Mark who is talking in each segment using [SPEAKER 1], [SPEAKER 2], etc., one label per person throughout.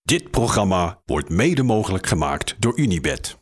[SPEAKER 1] Dit programma wordt mede mogelijk gemaakt door Unibet.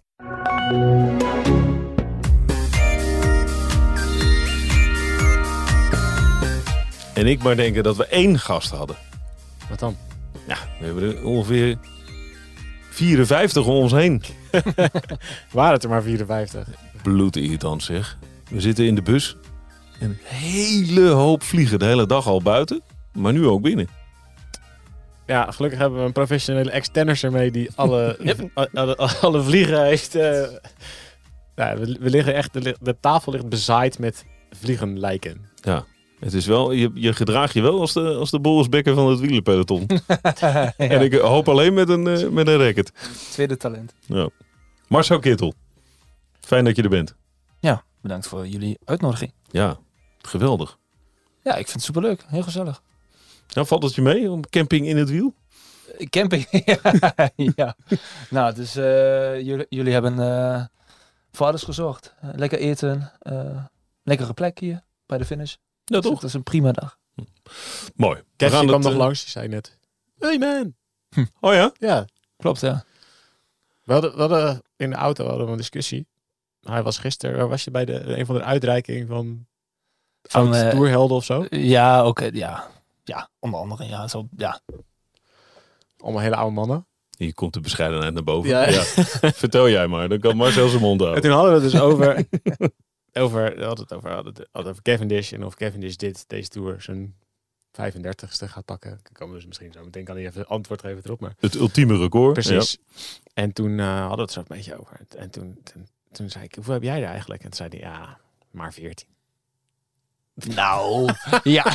[SPEAKER 2] En ik maar denken dat we 1 gast hadden.
[SPEAKER 3] Wat dan?
[SPEAKER 2] Ja, we hebben er ongeveer 54 om ons heen.
[SPEAKER 3] Waren het er maar 54?
[SPEAKER 2] Bloedirritant zeg. We zitten in de bus. En een hele hoop vliegen de hele dag al buiten. Maar nu ook binnen.
[SPEAKER 3] Ja, gelukkig hebben we een professionele externer ermee die alle vliegen heeft. Ja, we liggen echt, de tafel ligt bezaaid met vliegenlijken.
[SPEAKER 2] Ja, het is wel, je gedraagt je wel als de Boris Becker van het wielerpeloton.
[SPEAKER 4] Ja.
[SPEAKER 2] En ik hoop alleen met een racket.
[SPEAKER 4] Tweede talent.
[SPEAKER 2] Ja. Marcel Kittel, fijn dat je er bent.
[SPEAKER 4] Ja, bedankt voor jullie uitnodiging.
[SPEAKER 2] Ja, geweldig.
[SPEAKER 4] Ja, ik vind het superleuk. Heel gezellig.
[SPEAKER 2] Nou, valt het je mee om camping in het wiel?
[SPEAKER 4] Camping. Ja. Nou, dus jullie hebben vaders gezocht. Lekker eten. Lekkere plek hier bij de finish.
[SPEAKER 2] Ja,
[SPEAKER 4] Dus
[SPEAKER 2] toch?
[SPEAKER 4] het is een prima dag.
[SPEAKER 2] Mooi.
[SPEAKER 3] Kevin kwam nog langs, die zei net. Hey man.
[SPEAKER 2] Oh ja?
[SPEAKER 3] Ja,
[SPEAKER 4] Klopt, ja.
[SPEAKER 3] we hadden in de auto een discussie. Hij was gisteren, waar was je bij een van de uitreiking van tourhelden of zo?
[SPEAKER 4] Ja, oké. Ja, onder andere. Ja, zo, ja.
[SPEAKER 3] Allemaal hele oude mannen.
[SPEAKER 2] Hier komt de bescheidenheid naar boven.
[SPEAKER 3] Ja.
[SPEAKER 2] Ja. Vertel jij maar, dan kan Marcel zijn mond
[SPEAKER 3] En
[SPEAKER 2] houden.
[SPEAKER 3] toen hadden we het dus we hadden het over Cavendish en of Cavendish deze tour zijn 35ste gaat pakken. Ik kan dus misschien zo meteen even antwoord geven erop, maar
[SPEAKER 2] Het ultieme record.
[SPEAKER 3] precies. Ja. En toen hadden we het zo een beetje over. En toen zei ik, hoeveel heb jij er eigenlijk? En toen zei hij, ja, maar 14.
[SPEAKER 4] Nou, ja.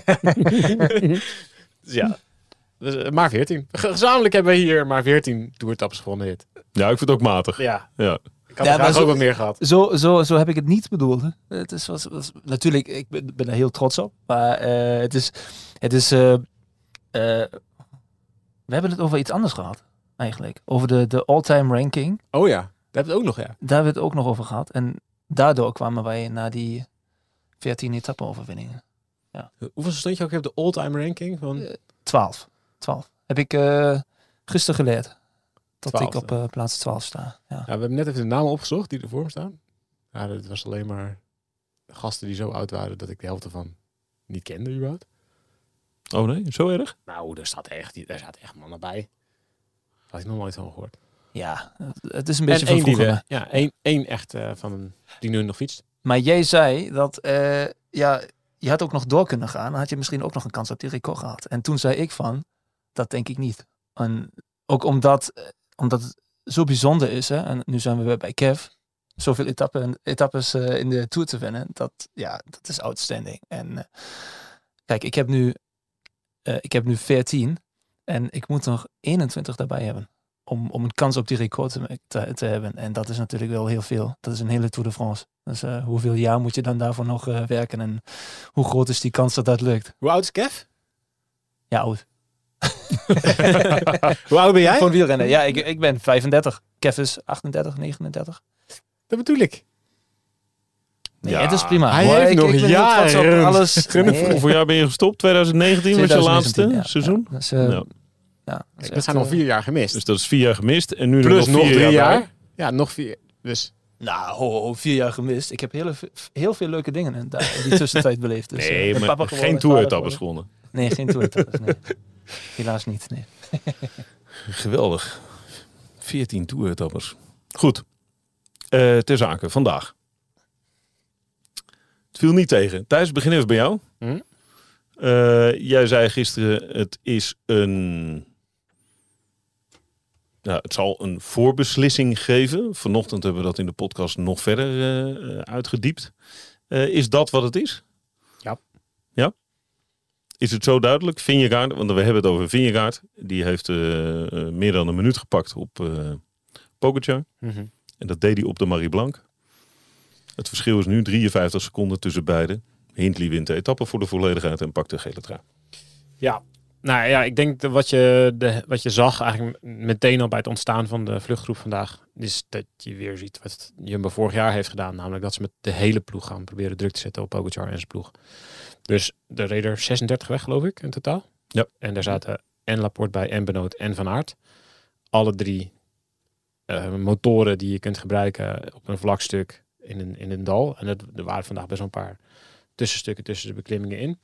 [SPEAKER 3] Dus ja, dus, maar 14. Gezamenlijk hebben we hier maar 14 toertaps gewonnen. Dit.
[SPEAKER 2] Ja, ik vind het ook matig.
[SPEAKER 3] Ja,
[SPEAKER 2] Ja.
[SPEAKER 3] ik had
[SPEAKER 4] Ja,
[SPEAKER 3] er graag
[SPEAKER 4] maar
[SPEAKER 3] ook wat meer gehad.
[SPEAKER 4] Zo heb ik het niet bedoeld. Hè. Het is was natuurlijk, ik ben er heel trots op. Maar het is we hebben het over iets anders gehad, eigenlijk. Over de all-time ranking.
[SPEAKER 3] Oh ja, daar hebben we het ook nog, ja.
[SPEAKER 4] Daar hebben we het ook nog over gehad. En daardoor kwamen wij naar die 14 etappe-overwinningen.
[SPEAKER 3] Hoeveel stond je ook op de all-time ranking? Van
[SPEAKER 4] 12. Heb ik gisteren geleerd. Dat
[SPEAKER 3] 12e.
[SPEAKER 4] ik op plaats 12 sta. Ja.
[SPEAKER 3] Ja, we hebben net even de namen opgezocht die ervoor me staan. Ja, dat was alleen maar gasten die zo oud waren dat ik de helft ervan niet kende überhaupt.
[SPEAKER 2] Oh nee, zo erg?
[SPEAKER 3] Nou, daar zaten echt mannen bij. Daar had ik nog nooit van gehoord.
[SPEAKER 4] Ja, het is een beetje
[SPEAKER 3] en
[SPEAKER 4] van vroeger.
[SPEAKER 3] één ja, één echt die nu nog fietst.
[SPEAKER 4] Maar jij zei dat je had ook nog door kunnen gaan. Dan had je misschien ook nog een kans op die record gehad. En toen zei ik van, dat denk ik niet. En ook omdat het zo bijzonder is. Hè? En nu zijn we weer bij Kev. Zoveel etappes in de Tour te winnen. Dat is outstanding. En kijk, ik heb nu 14. En ik moet nog 21 daarbij hebben. Om een kans op die record te hebben. En dat is natuurlijk wel heel veel. Dat is een hele Tour de France. Dus hoeveel jaar moet je dan daarvoor nog werken? En hoe groot is die kans dat dat lukt?
[SPEAKER 3] Hoe oud is Kev?
[SPEAKER 4] Ja, oud.
[SPEAKER 3] Hoe oud ben jij?
[SPEAKER 4] Gewoon wielrennen. Ja, ik ben 35. Kev is 38, 39.
[SPEAKER 3] Dat bedoel ik.
[SPEAKER 4] Nee,
[SPEAKER 2] Ja,
[SPEAKER 4] het is prima.
[SPEAKER 3] hij
[SPEAKER 4] Hoor,
[SPEAKER 3] heeft
[SPEAKER 4] ik
[SPEAKER 3] nog
[SPEAKER 4] ben heel trots op
[SPEAKER 3] jaren.
[SPEAKER 4] alles.
[SPEAKER 2] Hoeveel jaar ben je gestopt? 2019 was je laatste
[SPEAKER 4] 2019,
[SPEAKER 2] seizoen?
[SPEAKER 4] Ja, dus,
[SPEAKER 2] Ja.
[SPEAKER 4] dat is
[SPEAKER 3] Dat zijn al 4 jaar gemist.
[SPEAKER 2] Dus dat is 4 jaar gemist. En nu
[SPEAKER 3] Plus
[SPEAKER 2] er nog 4
[SPEAKER 3] 3 jaar.
[SPEAKER 2] bij.
[SPEAKER 3] Ja, nog 4. Dus
[SPEAKER 4] Nou, 4 jaar gemist. Ik heb heel veel leuke dingen in die tussentijd beleefd. Dus,
[SPEAKER 2] Nee,
[SPEAKER 4] met
[SPEAKER 2] maar
[SPEAKER 4] papa geworden,
[SPEAKER 2] geen
[SPEAKER 4] met
[SPEAKER 2] toeretappes
[SPEAKER 4] vader
[SPEAKER 2] gewonnen.
[SPEAKER 4] geworden. Nee, geen toeretappes. Nee. Helaas niet. Nee.
[SPEAKER 2] Geweldig. 14 toeretappes. Goed. Ter zake, vandaag. Het viel niet tegen. Thijs, begin even bij jou.
[SPEAKER 3] Hm?
[SPEAKER 2] Jij zei gisteren, het is een... Nou, het zal een voorbeslissing geven. Vanochtend hebben we dat in de podcast nog verder uitgediept. Is dat wat het is?
[SPEAKER 3] Ja.
[SPEAKER 2] Ja? Is het zo duidelijk? Vingegaard, want we hebben het over Vingegaard. Die heeft meer dan een minuut gepakt op Pogačar.
[SPEAKER 3] Mhm.
[SPEAKER 2] En dat deed hij op de Marie Blanc. Het verschil is nu 53 seconden tussen beiden. Hindley wint de etappe voor de volledigheid en pakt de gele trui.
[SPEAKER 3] Ja, nou ja, ik denk dat wat je zag eigenlijk meteen al bij het ontstaan van de vluchtgroep vandaag, is dat je weer ziet wat Jumbo vorig jaar heeft gedaan. Namelijk dat ze met de hele ploeg gaan proberen druk te zetten op Pogačar en zijn ploeg. Dus er reden er 36 weg, geloof ik, in totaal.
[SPEAKER 2] Ja.
[SPEAKER 3] En daar zaten en Laporte bij en Benoot en Van Aert. Alle 3 motoren die je kunt gebruiken op een vlak stuk in een dal. En er waren vandaag best wel een paar tussenstukken tussen de beklimmingen in.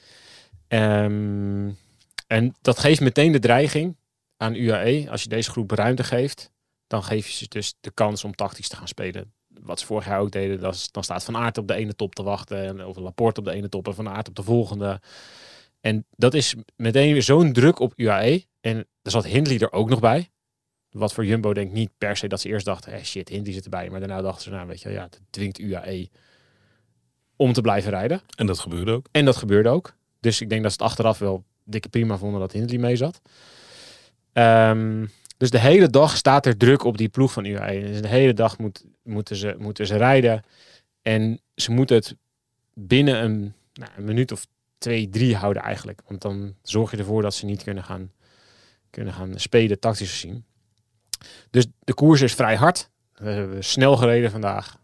[SPEAKER 3] En dat geeft meteen de dreiging aan UAE. Als je deze groep ruimte geeft, dan geef je ze dus de kans om tactisch te gaan spelen. Wat ze vorig jaar ook deden, dan staat Van Aert op de ene top te wachten. Of Laporte op de ene top en Van Aert op de volgende. En dat is meteen weer zo'n druk op UAE. En er zat Hindley er ook nog bij. Wat voor Jumbo denk ik niet per se dat ze eerst dachten, shit, Hindley zit erbij. Maar daarna dachten ze, nou weet je, ja, het dwingt UAE om te blijven rijden.
[SPEAKER 2] En dat gebeurde ook.
[SPEAKER 3] En dat gebeurde ook. Dus ik denk dat ze het achteraf wel dikke prima vonden dat Hindley mee zat. Dus de hele dag staat er druk op die ploeg van UAE. Dus de hele dag moeten ze rijden. En ze moeten het binnen een minuut of 2, 3 houden eigenlijk. Want dan zorg je ervoor dat ze niet kunnen gaan spelen tactisch gezien. Dus de koers is vrij hard. We hebben snel gereden vandaag.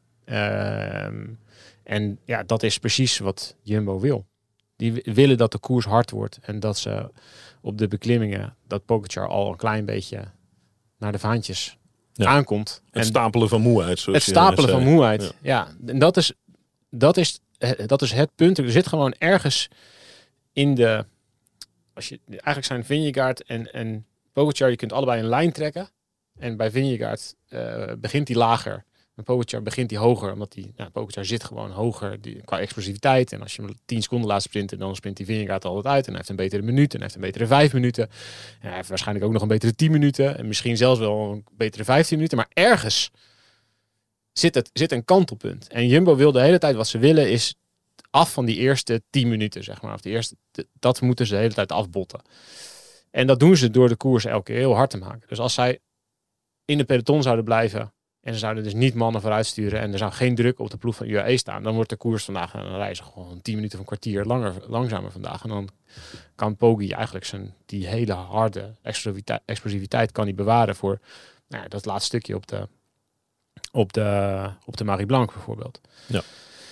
[SPEAKER 3] En ja, dat is precies wat Jumbo wil. Die willen dat de koers hard wordt. En dat ze op de beklimmingen, dat Pogačar al een klein beetje naar de vaantjes aankomt.
[SPEAKER 2] Het stapelen van moeheid.
[SPEAKER 3] Het stapelen van moeheid, ja. En dat is het punt. Er zit gewoon ergens in de... Eigenlijk zijn Vingegaard en Pogačar, je kunt allebei een lijn trekken. En bij Vingegaard begint hij lager. En Pogačar begint hij hoger. Omdat Pogačar zit gewoon hoger qua explosiviteit. En als je hem 10 seconden laat sprinten, dan sprint die Vingegaard altijd uit. En hij heeft een betere minuut. En hij heeft een betere 5 minuten. En hij heeft waarschijnlijk ook nog een betere 10 minuten. En misschien zelfs wel een betere 15 minuten. Maar ergens zit een kantelpunt. En Jumbo wil de hele tijd, wat ze willen is af van die eerste 10 minuten, zeg maar. Of dat moeten ze de hele tijd afbotten. En dat doen ze door de koers elke keer heel hard te maken. Dus als zij in de peloton zouden blijven en ze zouden dus niet mannen vooruit sturen en er zou geen druk op de ploeg van UAE staan, dan wordt de koers vandaag, dan rijden ze gewoon 10 minuten of een kwartier langzamer vandaag. En dan kan Poggi eigenlijk die hele harde explosiviteit kan hij bewaren voor dat laatste stukje op de Marie Blanc bijvoorbeeld.
[SPEAKER 2] Ja.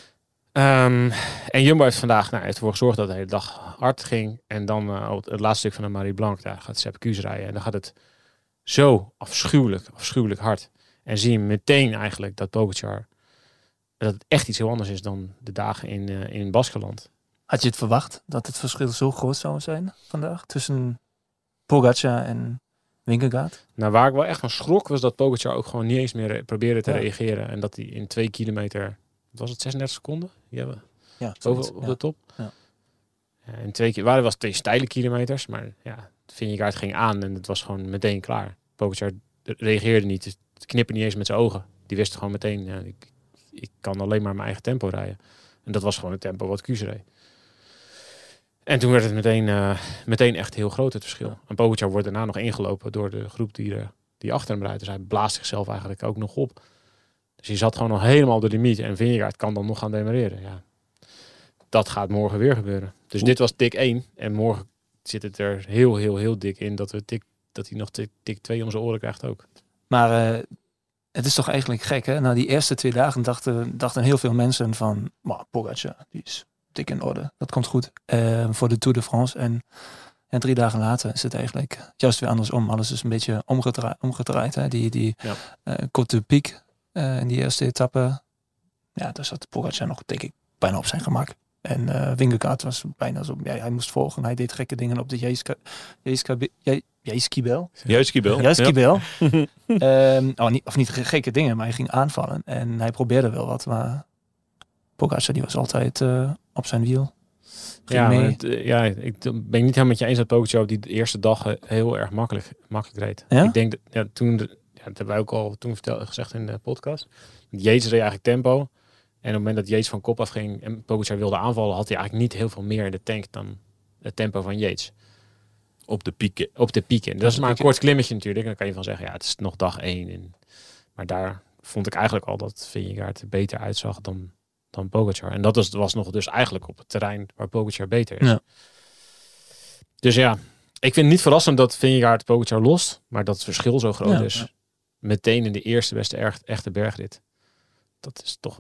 [SPEAKER 3] En Jumbo heeft vandaag ervoor gezorgd dat de hele dag hard ging. En dan het laatste stuk van de Marie Blanc, daar gaat Sepp Kuss rijden. En dan gaat het zo afschuwelijk hard. En zie je meteen eigenlijk dat Pogačar, dat het echt iets heel anders is dan de dagen in Baskeland.
[SPEAKER 4] Had je het verwacht dat het verschil zo groot zou zijn vandaag tussen Pogačar en Vingegaard?
[SPEAKER 3] Nou, waar ik wel echt van schrok was dat Pogačar ook gewoon niet eens meer probeerde te reageren. En dat hij in 2 kilometer... Was het 36 seconden? Die hebben op de top. Ja. En 2 keer waren was 2 steile kilometers, maar Vingegaard ging aan en het was gewoon meteen klaar. Pogačar reageerde niet, het knipperde niet eens met zijn ogen. Die wist gewoon meteen, ik kan alleen maar mijn eigen tempo rijden. En dat was gewoon het tempo wat Kuss reed. En toen werd het meteen echt heel groot het verschil. En Pogačar wordt daarna nog ingelopen door de groep die achter hem rijdt. Dus hij blaast zichzelf eigenlijk ook nog op. Dus je zat gewoon nog helemaal op de limiet. En Vingegaard kan dan nog gaan demareren. Ja. Dat gaat morgen weer gebeuren. Dus dit was tik 1. En morgen zit het er heel dik in. Dat hij nog tik 2 om zijn oren krijgt ook.
[SPEAKER 4] Maar het is toch eigenlijk gek, hè? Na die eerste 2 dagen dachten heel veel mensen van... Pogačar, die is dik in orde. Dat komt goed voor de Tour de France. En 3 dagen later is het eigenlijk juist weer andersom. Alles is een beetje omgedraaid. Hè? Die Côte de Pic... in die eerste etappe, daar zat Pogačar nog, denk ik, bijna op zijn gemak. En Vingegaard was bijna zo, hij moest volgen. Hij deed gekke dingen op de Jijskibel. Niet gekke dingen, maar hij ging aanvallen. En hij probeerde wel wat, maar Pogačar die was altijd op zijn wiel.
[SPEAKER 3] Ik ben niet helemaal met je eens dat Pogačar op die eerste dag heel erg makkelijk reed.
[SPEAKER 4] Ja?
[SPEAKER 3] Ik denk dat toen... dat hebben wij ook al toen gezegd in de podcast. Yates reed eigenlijk tempo. En op het moment dat Yates van kop afging en Pogačar wilde aanvallen, had hij eigenlijk niet heel veel meer in de tank dan het tempo van Yates.
[SPEAKER 2] Op de pieken.
[SPEAKER 3] Dat is maar een kort klimmetje natuurlijk. En dan kan je van zeggen, het is nog dag 1. Maar daar vond ik eigenlijk al dat Vingegaard er beter uitzag dan Pogačar. En dat was nog dus eigenlijk op het terrein waar Pogačar beter is. Ja. Dus ik vind het niet verrassend dat Vingegaard Pogačar lost. Maar dat het verschil zo groot is. Ja. Meteen in de eerste beste echte bergrit. Dat is toch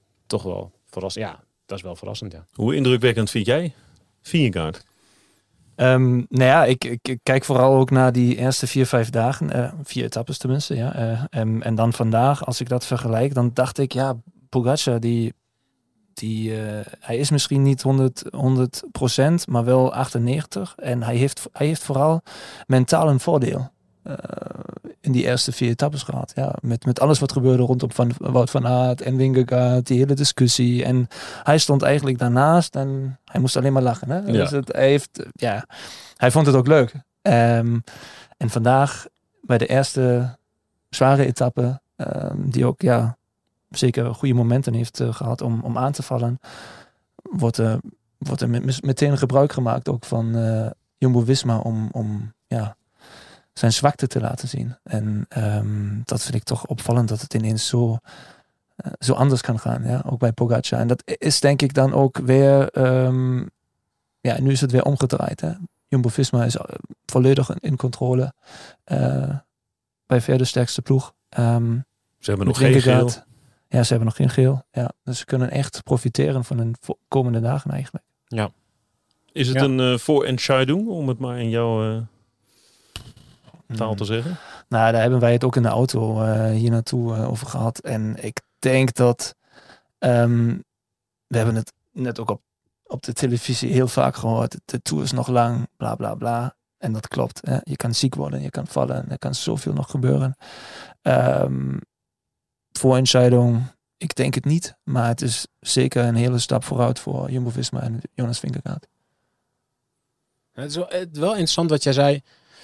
[SPEAKER 3] wel verrassend. Ja, dat is wel verrassend, ja.
[SPEAKER 2] Hoe indrukwekkend vind jij Vingegaard?
[SPEAKER 4] Nou ja, ik kijk vooral ook naar die eerste 4-5 dagen. 4 etappes tenminste, ja. En dan vandaag, als ik dat vergelijk, dan dacht ik, ja, Pogacar, hij is misschien niet 100%, maar wel 98%. En hij heeft vooral mentaal een voordeel in die eerste 4 etappes gehad. Ja, met alles wat gebeurde rondom Wout van Aert en Vingegaard, die hele discussie. En hij stond eigenlijk daarnaast en hij moest alleen maar lachen. Hè?
[SPEAKER 2] Ja.
[SPEAKER 4] Dus hij vond het ook leuk. En vandaag, bij de eerste zware etappe, die ook zeker goede momenten heeft gehad om aan te vallen, wordt er meteen gebruik gemaakt ook van Jumbo-Visma om zijn zwakte te laten zien. En dat vind ik toch opvallend dat het ineens zo anders kan gaan. Ja? Ook bij Pogacar. En dat is denk ik dan ook weer nu is het weer omgedraaid. Hè? Jumbo-Visma is volledig in controle bij ver de sterkste ploeg.
[SPEAKER 2] Ze hebben nog geen geel.
[SPEAKER 4] Ja, ze hebben nog geen geel. Ja, dus ze kunnen echt profiteren van hun komende dagen eigenlijk.
[SPEAKER 3] Ja.
[SPEAKER 2] Is het een voorentscheiding, om het maar in jouw taal te zeggen?
[SPEAKER 4] Nou, daar hebben wij het ook in de auto hier naartoe over gehad. En ik denk dat we hebben het net ook op de televisie heel vaak gehoord. De Tour is nog lang, bla bla bla. En dat klopt. Hè? Je kan ziek worden, je kan vallen. Er kan zoveel nog gebeuren. Voorentscheiding, ik denk het niet. Maar het is zeker een hele stap vooruit voor Jumbo-Visma en Jonas Vingegaard.
[SPEAKER 3] Het is wel interessant wat jij zei.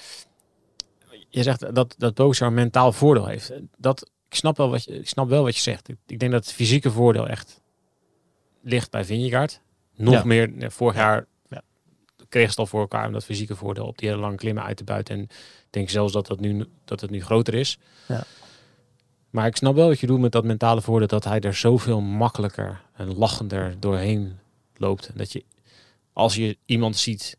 [SPEAKER 3] Je zegt dat Pogacar een mentaal voordeel heeft. Ik snap wel wat je zegt. Ik denk dat het fysieke voordeel echt ligt bij Vingegaard. Nog meer. Vorig jaar kreeg ze het al voor elkaar om dat fysieke voordeel op die hele lange klimmen uit te buiten. En ik denk zelfs dat het nu groter is. Ja. Maar ik snap wel wat je doet met dat mentale voordeel, dat hij er zoveel makkelijker en lachender doorheen loopt. En dat je, als je iemand ziet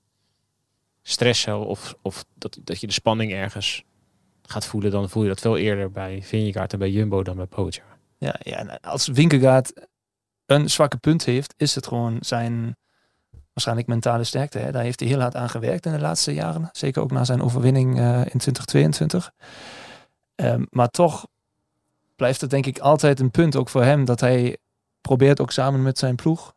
[SPEAKER 3] stressen of dat je de spanning ergens gaat voelen, dan voel je dat veel eerder bij Vingegaard en bij Jumbo dan bij Pogacar.
[SPEAKER 4] Ja, en als Vingegaard een zwakke punt heeft, is het gewoon zijn waarschijnlijk mentale sterkte. Hè? Daar heeft hij heel hard aan gewerkt in de laatste jaren. Zeker ook na zijn overwinning in 2022. Maar toch blijft het denk ik altijd een punt ook voor hem dat hij probeert ook samen met zijn ploeg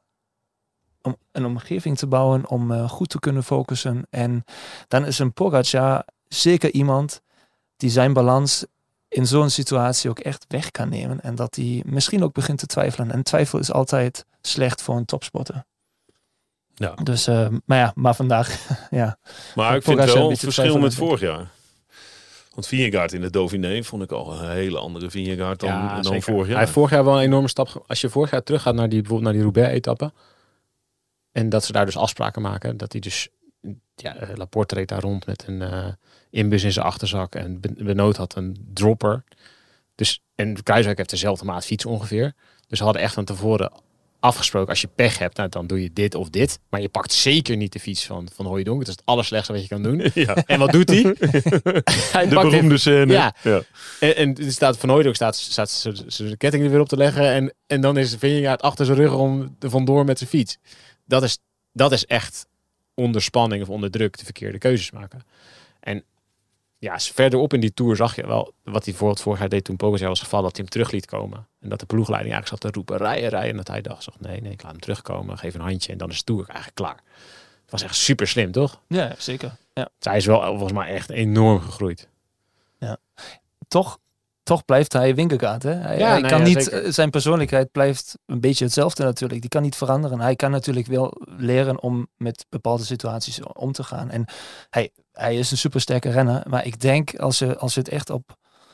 [SPEAKER 4] om een omgeving te bouwen om goed te kunnen focussen. En dan is een Pogacar zeker iemand die zijn balans in zo'n situatie ook echt weg kan nemen. En dat hij misschien ook begint te twijfelen. En twijfel is altijd slecht voor een topsporter.
[SPEAKER 2] Ja.
[SPEAKER 4] Dus, maar vandaag, ja.
[SPEAKER 2] Maar ik vind wel een verschil met vorig jaar. Want Vingegaard in de Dauphiné vond ik al een hele andere Vingegaard dan vorig jaar.
[SPEAKER 3] Hij heeft vorig jaar wel een enorme stap. Als je vorig jaar teruggaat naar bijvoorbeeld naar die Roubaix-etappe. En dat ze daar dus afspraken maken. Dat hij dus, Laporte reed daar rond met een inbus in zijn achterzak. En Benoot had een dropper. Dus, en Kruijswijk heeft dezelfde maat fiets ongeveer. Dus ze hadden echt van tevoren afgesproken, als je pech hebt, dan doe je dit of dit. Maar je pakt zeker niet de fiets van Hooijdonk. Het is het allerslechtste wat je kan doen. Ja. En wat doet hij?
[SPEAKER 2] Hij de beroemde scène.
[SPEAKER 3] Ja. En er staat van Hooijdonk staat zijn ketting er weer op te leggen. En dan is Vingegaard achter zijn rug om er vandoor met zijn fiets. Dat is echt onder spanning of onder druk de verkeerde keuzes maken. En ja, verderop in die Tour zag je wel wat hij bijvoorbeeld vorig jaar deed toen Pogacar was gevallen, dat hij hem terug liet komen. En dat de ploegleiding eigenlijk zat te roepen, rijden. En dat hij dacht, nee, ik laat hem terugkomen, geef een handje en dan is de Tour eigenlijk klaar. Het was echt super slim, toch?
[SPEAKER 4] Ja, zeker. Ja.
[SPEAKER 3] Dus hij is wel volgens mij echt enorm gegroeid.
[SPEAKER 4] Ja. Toch blijft hij Vingegaard, hè? Hij kan niet, zeker. Zijn persoonlijkheid blijft een beetje hetzelfde natuurlijk. Die kan niet veranderen. Hij kan natuurlijk wel leren om met bepaalde situaties om te gaan. En hij is een supersterke renner. Maar ik denk als je het echt op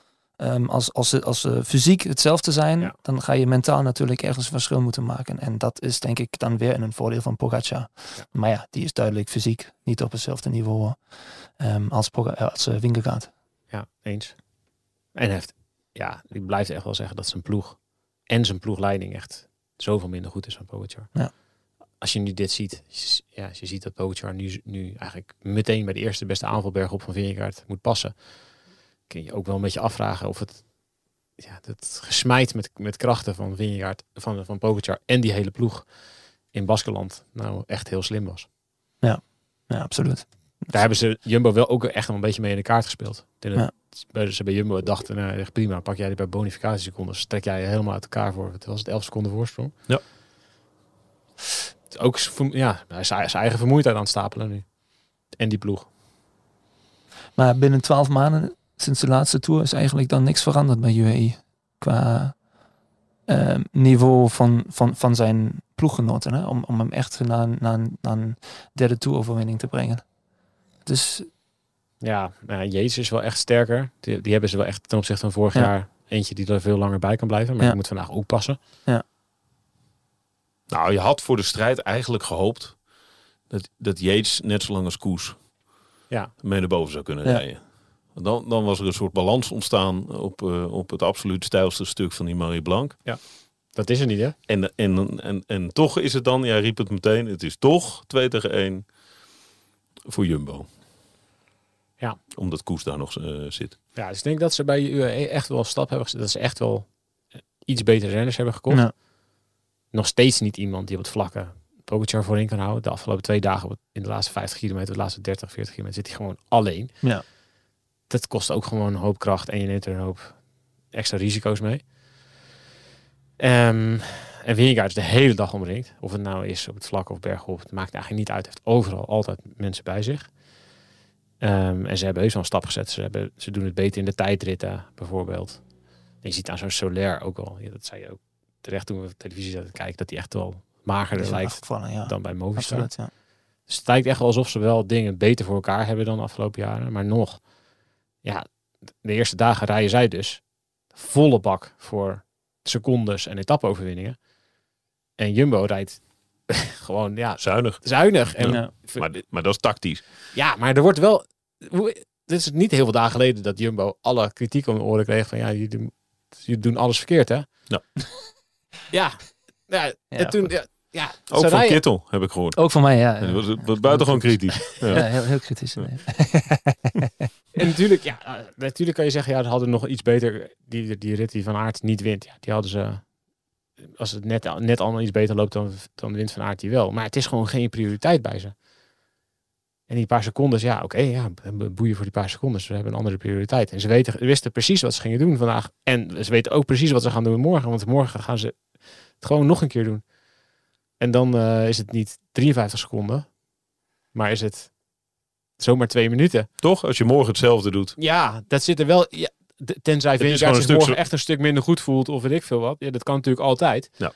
[SPEAKER 4] als ze fysiek hetzelfde zijn, dan ga je mentaal natuurlijk ergens een verschil moeten maken. En dat is denk ik dan weer een voordeel van Pogacar. Ja. Maar ja, die is duidelijk fysiek niet op hetzelfde niveau als Vingegaard.
[SPEAKER 3] Ja, eens. En die blijft echt wel zeggen dat zijn ploeg en zijn ploegleiding echt zoveel minder goed is dan Pogacar. Ja. Als je nu dit ziet, als je ziet dat Pogacar nu eigenlijk meteen bij de eerste beste aanvalberg op van Vingegaard moet passen, kun je ook wel een beetje afvragen of het gesmijt met krachten van Vingegaard, van Pogacar en die hele ploeg in Baskeland nou echt heel slim was.
[SPEAKER 4] Ja. Ja, absoluut.
[SPEAKER 3] Daar hebben ze Jumbo wel ook echt wel een beetje mee in de kaart gespeeld. Ze bij Jumbo dachten, nou, echt prima, pak jij die bij bonificatiesecondes, trek jij je helemaal uit elkaar voor. Het was het 11 seconden voorsprong.
[SPEAKER 2] Ja.
[SPEAKER 3] Het is ook hij is zijn eigen vermoeidheid aan het stapelen nu. En die ploeg.
[SPEAKER 4] Maar binnen 12 maanden sinds de laatste Tour is eigenlijk dan niks veranderd bij UAE. Qua niveau van zijn ploeggenoten. Hè? Om hem echt naar een derde Tour-overwinning te brengen. Dus...
[SPEAKER 3] Ja, Yates is wel echt sterker. Die hebben ze wel echt ten opzichte van vorig jaar eentje die er veel langer bij kan blijven. Maar die moet vandaag ook passen.
[SPEAKER 4] Ja.
[SPEAKER 2] Nou, je had voor de strijd eigenlijk gehoopt dat Yates net zo lang als Koes mee naar boven zou kunnen rijden. Dan was er een soort balans ontstaan op het absoluut stijlste stuk van die Marie Blanc.
[SPEAKER 3] Ja, dat is er niet, hè?
[SPEAKER 2] En toch is het dan, jij riep het meteen, het is toch 2-1 voor Jumbo.
[SPEAKER 3] Ja.
[SPEAKER 2] Omdat Koes daar nog zit.
[SPEAKER 3] Ja, dus ik denk dat ze bij UAE echt wel een stap hebben gezet. Dat ze echt wel iets betere renners hebben gekocht. Ja. Nog steeds niet iemand die op het vlakke Pogačar voorin kan houden. De afgelopen 2 dagen in de laatste 50 kilometer, de laatste 30, 40 kilometer zit hij gewoon alleen. Ja. Dat kost ook gewoon een hoop kracht en je neemt er een hoop extra risico's mee. En Vingegaard is de hele dag omringd. Of het nou is op het vlak of bergop, het maakt eigenlijk niet uit. Hij heeft overal altijd mensen bij zich. En ze hebben heus wel een stap gezet. Ze doen het beter in de tijdritten, bijvoorbeeld. En je ziet aan zo'n Soler ook al. Ja, dat zei je ook terecht toen we op televisie zaten te kijken. Dat hij echt wel magerder lijkt dan bij Movistar. Absoluut, ja. Dus het lijkt echt wel alsof ze wel dingen beter voor elkaar hebben dan de afgelopen jaren. Maar nog, de eerste dagen rijden zij dus volle bak voor secondes en etappe-overwinningen. En Jumbo rijdt gewoon, zuinig. En,
[SPEAKER 2] maar dat is tactisch.
[SPEAKER 3] Ja, maar er wordt wel... Dit is niet heel veel dagen geleden dat Jumbo alle kritiek om de oren kreeg van jullie doen alles verkeerd, hè? Ja. En toen... Ja,
[SPEAKER 2] ook van Kittel heb ik gehoord.
[SPEAKER 4] Ook van mij, ja.
[SPEAKER 2] En dat was buitengewoon kritisch.
[SPEAKER 4] Ja, heel kritisch. Nee.
[SPEAKER 3] En natuurlijk kan je zeggen, ze hadden nog iets beter die rit die Van Aert niet wint. Ja, die hadden ze... Als het net allemaal iets beter loopt, dan wint Van Aert die wel. Maar het is gewoon geen prioriteit bij ze. En die paar secondes, boeien voor die paar secondes. Ze hebben een andere prioriteit. En ze wisten precies wat ze gingen doen vandaag. En ze weten ook precies wat ze gaan doen morgen. Want morgen gaan ze het gewoon nog een keer doen. En dan is het niet 53 seconden. Maar is het zomaar 2 minuten.
[SPEAKER 2] Toch? Als je morgen hetzelfde doet.
[SPEAKER 3] Ja, dat zit er wel... Ja, tenzij Vingegaard zich morgen echt een stuk minder goed voelt. Of weet ik veel wat. Ja, dat kan natuurlijk altijd.
[SPEAKER 2] Ja.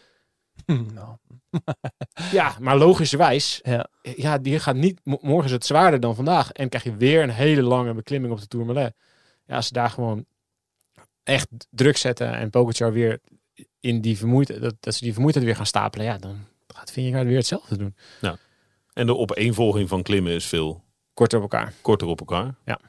[SPEAKER 3] Ja, maar logischerwijs. Ja, die gaat niet... Morgen is het zwaarder dan vandaag. En krijg je weer een hele lange beklimming op de Tourmalet. Ja, als ze daar gewoon echt druk zetten. En Pogačar weer in die vermoeidheid... Dat ze die vermoeidheid weer gaan stapelen. Ja, dan gaat Vingegaard weer hetzelfde doen.
[SPEAKER 2] Ja. En de opeenvolging van klimmen is veel...
[SPEAKER 3] Korter op elkaar.
[SPEAKER 2] Ja.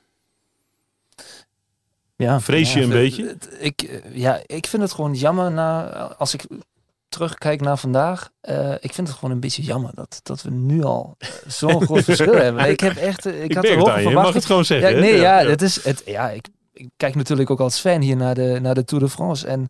[SPEAKER 4] Ja,
[SPEAKER 2] vrees je een beetje?
[SPEAKER 4] Ik vind het gewoon jammer als ik terugkijk naar vandaag. Ik vind het gewoon een beetje jammer dat we nu al zo'n groot verschil hebben. Ik heb echt, ik had er hoge verwachting.
[SPEAKER 2] Je mag het gewoon zeggen.
[SPEAKER 4] Dat is het. Ja, ik kijk natuurlijk ook als fan hier naar de Tour de France. En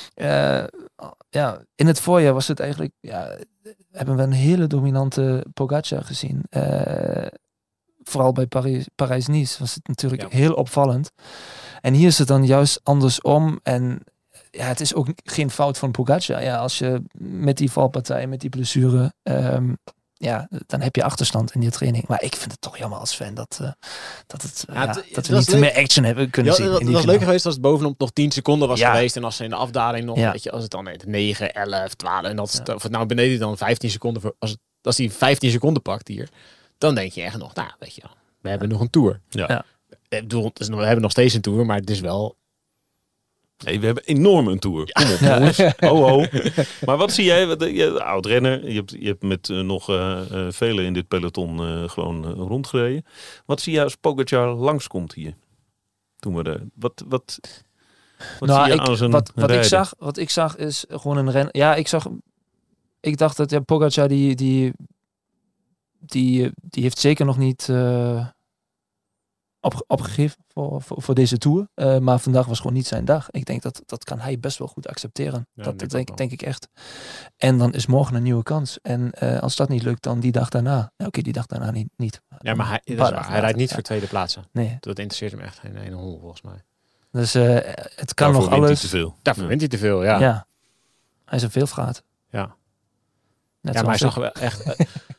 [SPEAKER 4] in het voorjaar was het eigenlijk, hebben we een hele dominante Pogačar gezien. Vooral bij Parijs-Nice was het natuurlijk heel opvallend. En hier is het dan juist andersom. En het is ook geen fout van Pogačar. Ja, als je met die valpartij, met die blessure, dan heb je achterstand in die training. Maar ik vind het toch jammer als fan dat we niet meer action hebben kunnen zien.
[SPEAKER 3] Het was leuker geweest als het bovenop nog 10 seconden was geweest. En als ze in de afdaling nog, weet je, als het dan 9, 11, 12. En of het nou beneden dan 15 seconden, als hij 15 seconden pakt hier, dan denk je echt nog, weet je, we hebben nog een Tour.
[SPEAKER 2] Ja.
[SPEAKER 3] Ik bedoel, we hebben nog steeds een Tour, maar het is wel...
[SPEAKER 2] Nee, we hebben enorm een Tour. Kom op, jongens. Ho. Maar wat zie jij? Je oud-renner. Je hebt met nog velen in dit peloton gewoon rondgereden. Wat zie je als Pogačar langskomt hier? Toen we wat zie je aan zijn
[SPEAKER 4] wat ik zag is gewoon een ren. Ja, ik dacht dat Pogačar die heeft zeker nog niet opgegeven voor deze Tour. Maar vandaag was gewoon niet zijn dag. Ik denk dat kan hij best wel goed accepteren.
[SPEAKER 3] Ja,
[SPEAKER 4] dat
[SPEAKER 3] denk
[SPEAKER 4] denk ik echt. En dan is morgen een nieuwe kans. En als dat niet lukt, dan die dag daarna. Ja, oké, die dag daarna niet.
[SPEAKER 3] Ja, maar
[SPEAKER 4] Een paar dagen
[SPEAKER 3] hij rijdt niet
[SPEAKER 4] later,
[SPEAKER 3] voor tweede plaatsen.
[SPEAKER 4] Nee.
[SPEAKER 3] Dat interesseert hem echt geen ene hol, volgens mij.
[SPEAKER 4] Dus het kan
[SPEAKER 2] Daarvoor
[SPEAKER 4] nog
[SPEAKER 2] wint hij
[SPEAKER 4] alles.
[SPEAKER 2] te veel.
[SPEAKER 3] Daarvoor wint hij te veel, ja.
[SPEAKER 4] Ja. Hij is een veelvraat.
[SPEAKER 3] Ja.
[SPEAKER 4] Net
[SPEAKER 3] Ja, maar hij
[SPEAKER 4] zoals
[SPEAKER 3] zag wel echt...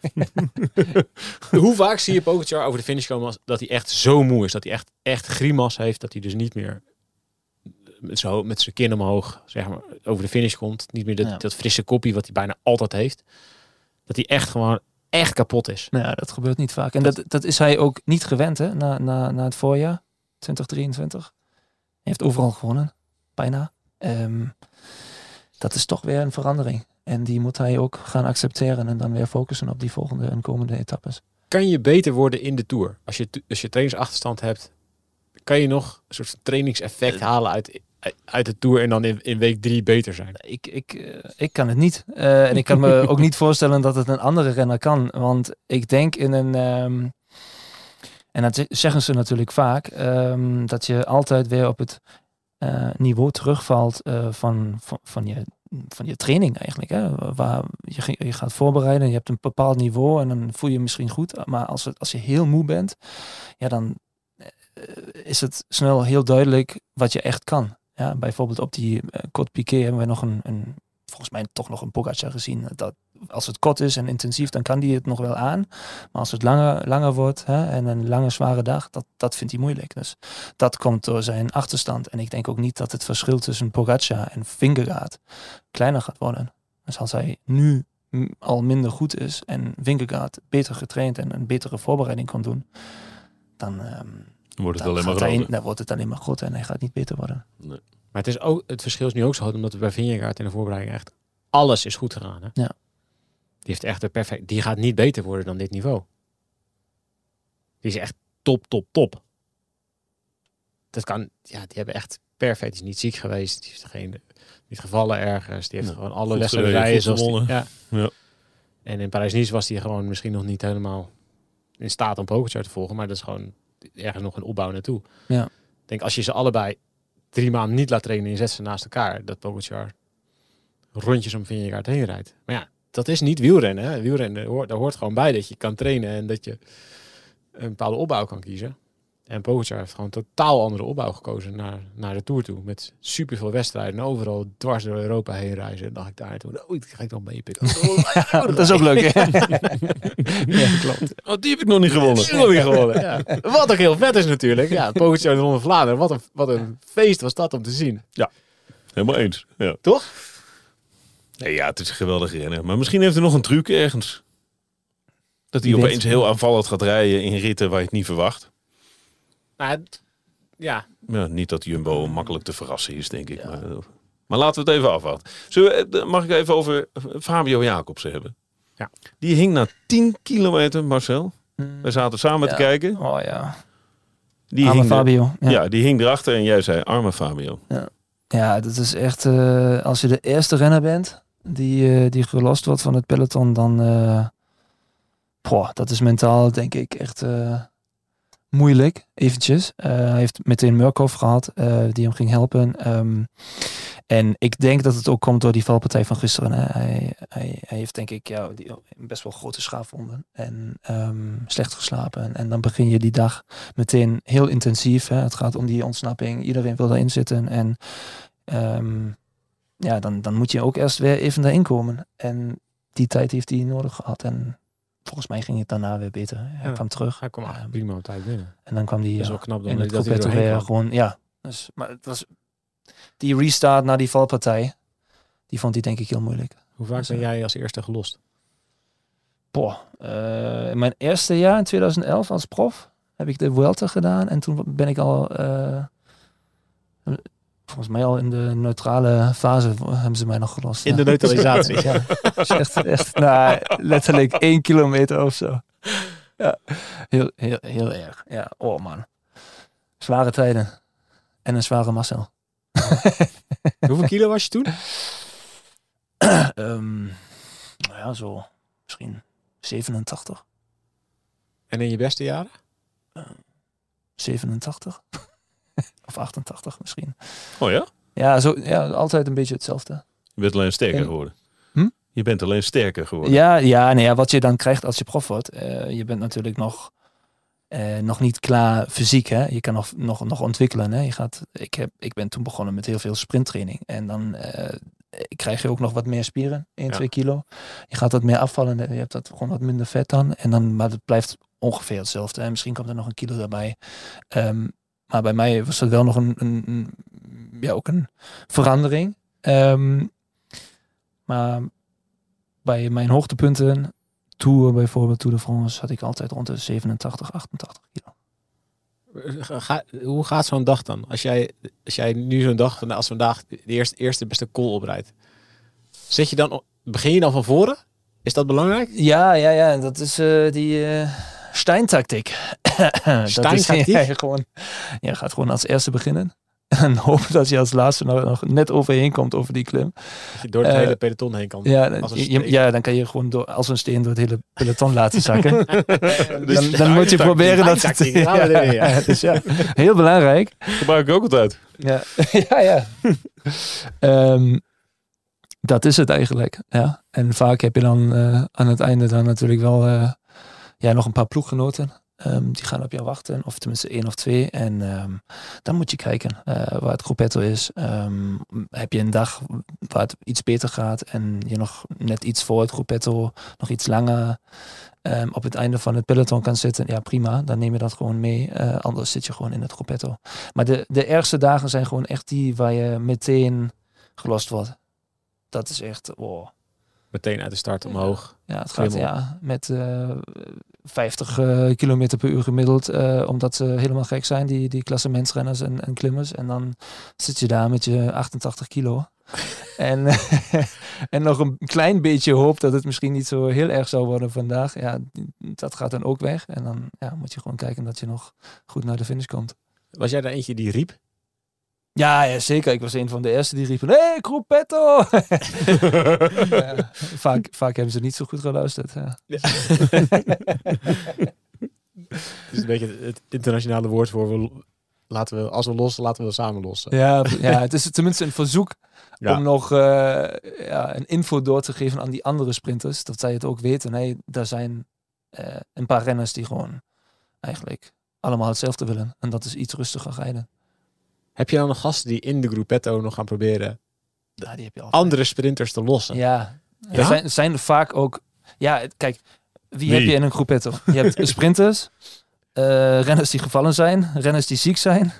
[SPEAKER 3] Hoe vaak zie je Pogacar over de finish komen als dat hij echt zo moe is. Dat hij echt grimas heeft. Dat hij dus niet meer met zijn kin omhoog zeg maar, over de finish komt. Niet meer dat frisse koppie wat hij bijna altijd heeft. Dat hij echt gewoon echt kapot is.
[SPEAKER 4] Ja, dat gebeurt niet vaak. En dat is hij ook niet gewend hè, na het voorjaar 2023. Hij heeft overal gewonnen. Bijna. Dat is toch weer een verandering. En die moet hij ook gaan accepteren en dan weer focussen op die volgende en komende etappes.
[SPEAKER 3] Kan je beter worden in de Tour? Als je trainingsachterstand hebt, kan je nog een soort trainingseffect halen uit de Tour en dan in week 3 beter zijn?
[SPEAKER 4] Ik kan het niet. En ik kan me ook niet voorstellen dat het een andere renner kan. Want ik denk in een... en dat zeggen ze natuurlijk vaak. Dat je altijd weer op het niveau terugvalt van je training eigenlijk. Hè? Waar je gaat voorbereiden. Je hebt een bepaald niveau en dan voel je je misschien goed. Maar als je heel moe bent, ja, dan is het snel heel duidelijk wat je echt kan. Ja, bijvoorbeeld op die Côte Piquet hebben we nog volgens mij toch nog een Pogacar gezien. Dat als het kort is en intensief, dan kan die het nog wel aan. Maar als het langer wordt en een lange zware dag, dat vindt hij moeilijk. Dus dat komt door zijn achterstand. En ik denk ook niet dat het verschil tussen Pogacar en Vingegaard kleiner gaat worden. Dus als hij nu al minder goed is en Vingegaard beter getraind en een betere voorbereiding kan doen, dan
[SPEAKER 2] wordt het alleen maar groter.
[SPEAKER 4] Dan wordt het alleen maar groter en hij gaat niet beter worden.
[SPEAKER 2] Nee.
[SPEAKER 3] Maar het verschil is nu ook zo groot, omdat we bij Vingegaard in de voorbereiding echt alles is goed gegaan. Hè?
[SPEAKER 4] Ja.
[SPEAKER 3] Die heeft echt perfect. Die gaat niet beter worden dan dit niveau. Die is echt top. Dat kan. Ja, die hebben echt perfect. Die is niet ziek geweest. Die is niet gevallen ergens. Die heeft gewoon alle lessen rijden zoals ja. En in Parijs-Nice was hij gewoon misschien nog niet helemaal in staat om Pogacar te volgen, maar dat is gewoon ergens nog een opbouw naartoe.
[SPEAKER 4] Ja.
[SPEAKER 3] Ik denk als je ze allebei 3 maanden niet laat trainen en je zet ze naast elkaar, dat Pogacar rondjes om Vingegaard heen rijdt. Maar ja, dat is niet wielrennen. Hè? Wielrennen, daar hoort gewoon bij dat je kan trainen en dat je een bepaalde opbouw kan kiezen. En Pogacar heeft gewoon een totaal andere opbouw gekozen naar de Tour toe. Met superveel wedstrijden en overal dwars door Europa heen reizen. En dacht ik daar toen, ik ga ik dan meepikken.
[SPEAKER 4] Dat is ook leuk, hè?
[SPEAKER 3] Ja, klopt.
[SPEAKER 2] Oh, die heb ik nog niet gewonnen.
[SPEAKER 3] Ja. Wat ook heel vet is natuurlijk. Ja, Pogacar in de Ronde van Vlaanderen. Wat een feest was dat om te zien.
[SPEAKER 2] Ja, helemaal eens. Ja.
[SPEAKER 3] Toch?
[SPEAKER 2] Nee, ja, het is een geweldige renner. Maar misschien heeft hij nog een truc ergens. Dat hij
[SPEAKER 4] Wie
[SPEAKER 2] opeens
[SPEAKER 4] weet.
[SPEAKER 2] heel aanvallend gaat rijden in ritten waar je het niet verwacht.
[SPEAKER 3] Nou, ja.
[SPEAKER 2] Ja, niet dat Jumbo makkelijk te verrassen is, denk ik. Ja. Maar laten we het even afwachten. Mag ik even over Fabio Jacobsen hebben?
[SPEAKER 3] Ja.
[SPEAKER 2] Die hing na 10 kilometer, Marcel. We zaten samen te kijken.
[SPEAKER 4] Oh ja.
[SPEAKER 2] Die
[SPEAKER 4] Arme
[SPEAKER 2] hing
[SPEAKER 4] Fabio.
[SPEAKER 2] Ja, die hing erachter en jij zei arme Fabio.
[SPEAKER 4] Ja, dat is echt... als je de eerste renner bent die gelost wordt van het peloton, dan... dat is mentaal, denk ik, echt moeilijk, eventjes. Hij heeft meteen Murkoff gehad, die hem ging helpen. En ik denk dat het ook komt door die valpartij van gisteren. Hè. Hij heeft, denk ik, best wel grote schaafwonden. En slecht geslapen. En dan begin je die dag meteen heel intensief. Hè. Het gaat om die ontsnapping. Iedereen wil daarin zitten. En dan moet je ook eerst weer even daarin komen. En die tijd heeft hij nodig gehad. En volgens mij ging het daarna weer beter. Hij kwam terug.
[SPEAKER 3] Hij kwam prima op tijd binnen.
[SPEAKER 4] En dan kwam hij
[SPEAKER 3] Dat is wel knap
[SPEAKER 4] in
[SPEAKER 3] dan
[SPEAKER 4] het
[SPEAKER 3] dat hij er
[SPEAKER 4] weer
[SPEAKER 3] doorheen
[SPEAKER 4] gewoon... Ja, dus, maar het was... Die restart na die valpartij, die vond hij denk ik heel moeilijk.
[SPEAKER 3] Hoe vaak ben jij als eerste gelost?
[SPEAKER 4] In mijn eerste jaar in 2011 als prof heb ik de Vuelta gedaan. En toen ben ik al... volgens mij al in de neutrale fase hebben ze mij nog gelost.
[SPEAKER 3] In de neutralisatie.
[SPEAKER 4] Ja, dus echt letterlijk 1 kilometer of zo. Ja, heel erg. Ja, oh man. Zware tijden. En een zware Marcel.
[SPEAKER 3] Hoeveel kilo was je toen?
[SPEAKER 4] Zo misschien 87.
[SPEAKER 3] En in je beste jaren?
[SPEAKER 4] 87 of 88 misschien.
[SPEAKER 2] Oh ja?
[SPEAKER 4] Ja, altijd een beetje hetzelfde.
[SPEAKER 2] Je bent alleen sterker geworden. Je bent alleen sterker geworden.
[SPEAKER 4] Ja, wat je dan krijgt als je prof wordt. Je bent natuurlijk nog niet klaar fysiek. Hè? Je kan nog ontwikkelen. Hè? Ik ben toen begonnen met heel veel sprinttraining. En dan krijg je ook nog wat meer spieren. 1-2 kilo. Je gaat wat meer afvallen. Je hebt dat gewoon wat minder vet dan. Maar het blijft ongeveer hetzelfde. Hè? Misschien komt er nog een kilo daarbij. Maar bij mij was het wel nog ook een verandering. Maar bij mijn hoogtepunten, bijvoorbeeld Tour de France, had ik altijd rond de 87, 88 kilo.
[SPEAKER 3] Hoe gaat zo'n dag dan? Als jij nu zo'n dag, als vandaag de eerste beste call oprijdt, begin je dan van voren? Is dat belangrijk?
[SPEAKER 4] Ja, dat is die Steintactiek.
[SPEAKER 3] Steintactiek?
[SPEAKER 4] Je gaat gewoon als eerste beginnen. En hopen dat je als laatste nog net overheen komt over die klim.
[SPEAKER 3] Dat je door het hele peloton heen kan.
[SPEAKER 4] Dan kan je gewoon als een steen door het hele peloton laten zakken. dan moet je proberen dat het is heel belangrijk.
[SPEAKER 2] Gebruik ik ook altijd.
[SPEAKER 4] Ja. Dat is het eigenlijk. Ja. En vaak heb je dan aan het einde dan natuurlijk wel nog een paar ploeggenoten. Die gaan op jou wachten, of tenminste 1 of 2. En dan moet je kijken waar het gruppetto is. Heb je een dag waar het iets beter gaat en je nog net iets voor het gruppetto, nog iets langer op het einde van het peloton kan zitten. Ja, prima. Dan neem je dat gewoon mee. Anders zit je gewoon in het gruppetto. Maar de ergste dagen zijn gewoon echt die waar je meteen gelost wordt. Dat is echt... Oh.
[SPEAKER 3] Meteen uit de start omhoog.
[SPEAKER 4] Ja, het gaat met 50 kilometer per uur gemiddeld. Omdat ze helemaal gek zijn, die klassementsrenners en klimmers. En dan zit je daar met je 88 kilo. en nog een klein beetje hoop dat het misschien niet zo heel erg zou worden vandaag. Ja, dat gaat dan ook weg. En dan moet je gewoon kijken dat je nog goed naar de finish komt.
[SPEAKER 3] Was jij er eentje die riep?
[SPEAKER 4] Ja, zeker. Ik was een van de eerste die riepen, hey, gruppetto! Vaak hebben ze niet zo goed geluisterd. Ja.
[SPEAKER 3] Het is een beetje het internationale woord voor als we lossen, laten we samen lossen.
[SPEAKER 4] Ja, het is tenminste een verzoek om nog een info door te geven aan die andere sprinters. Dat zij het ook weten. Hey, er zijn een paar renners die gewoon eigenlijk allemaal hetzelfde willen. En dat is iets rustiger rijden.
[SPEAKER 3] Heb je dan nog gasten die in de gruppetto nog gaan proberen
[SPEAKER 4] die heb je altijd.
[SPEAKER 3] Andere sprinters te lossen?
[SPEAKER 4] Ja? Zijn vaak ook... Ja, kijk, wie heb je in een gruppetto? Je hebt sprinters, renners die gevallen zijn, renners die ziek zijn.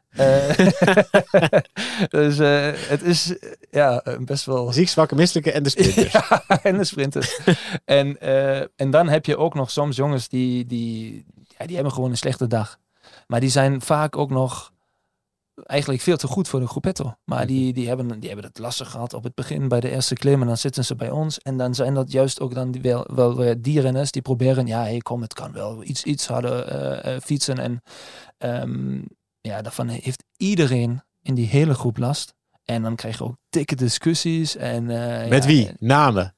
[SPEAKER 4] Dus het is best wel...
[SPEAKER 3] Ziek, zwakke, misselijke en de sprinters.
[SPEAKER 4] En de sprinters. En dan heb je ook nog soms jongens die hebben gewoon een slechte dag. Maar die zijn vaak ook nog eigenlijk veel te goed voor de gruppetto. Maar die hebben het lastig gehad op het begin bij de eerste klim. En dan zitten ze bij ons. En dan zijn dat juist ook dan wel die renners die proberen... het kan wel iets harder fietsen. En daarvan heeft iedereen in die hele groep last. En dan krijg je ook dikke discussies. En,
[SPEAKER 3] met wie? Namen?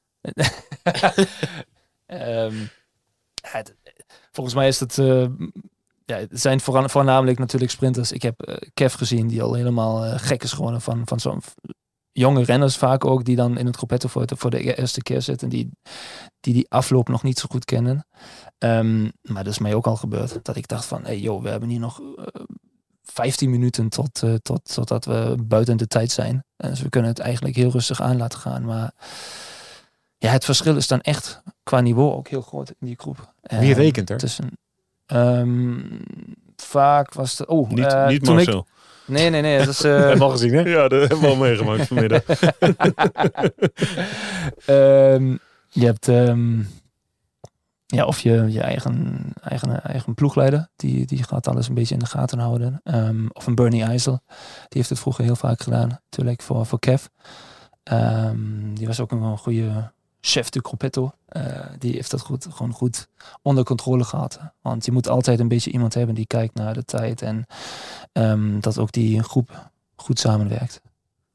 [SPEAKER 4] Volgens mij is het... het zijn voornamelijk natuurlijk sprinters. Ik heb Kev gezien die al helemaal gek is geworden van zo'n jonge renners vaak ook. Die dan in het gruppetto voor de eerste keer zitten. Die afloop nog niet zo goed kennen. Maar dat is mij ook al gebeurd. Dat ik dacht van, we hebben hier nog 15 minuten totdat we buiten de tijd zijn. Dus we kunnen het eigenlijk heel rustig aan laten gaan. Maar het verschil is dan echt qua niveau ook heel groot in die groep.
[SPEAKER 3] Wie rekent er?
[SPEAKER 4] Vaak was het...
[SPEAKER 2] niet Marcel.
[SPEAKER 4] Nee. Dat is...
[SPEAKER 3] Heb je al gezien, hè?
[SPEAKER 2] Ja, dat hebben we al meegemaakt vanmiddag.
[SPEAKER 4] Je hebt... of je eigen ploegleider. Die gaat alles een beetje in de gaten houden. Of een Bernie IJssel. Die heeft het vroeger heel vaak gedaan. Natuurlijk voor Kev. Die was ook een goede chef de gruppetto. Die heeft dat gewoon goed onder controle gehad. Want je moet altijd een beetje iemand hebben die kijkt naar de tijd. En dat ook die groep goed samenwerkt.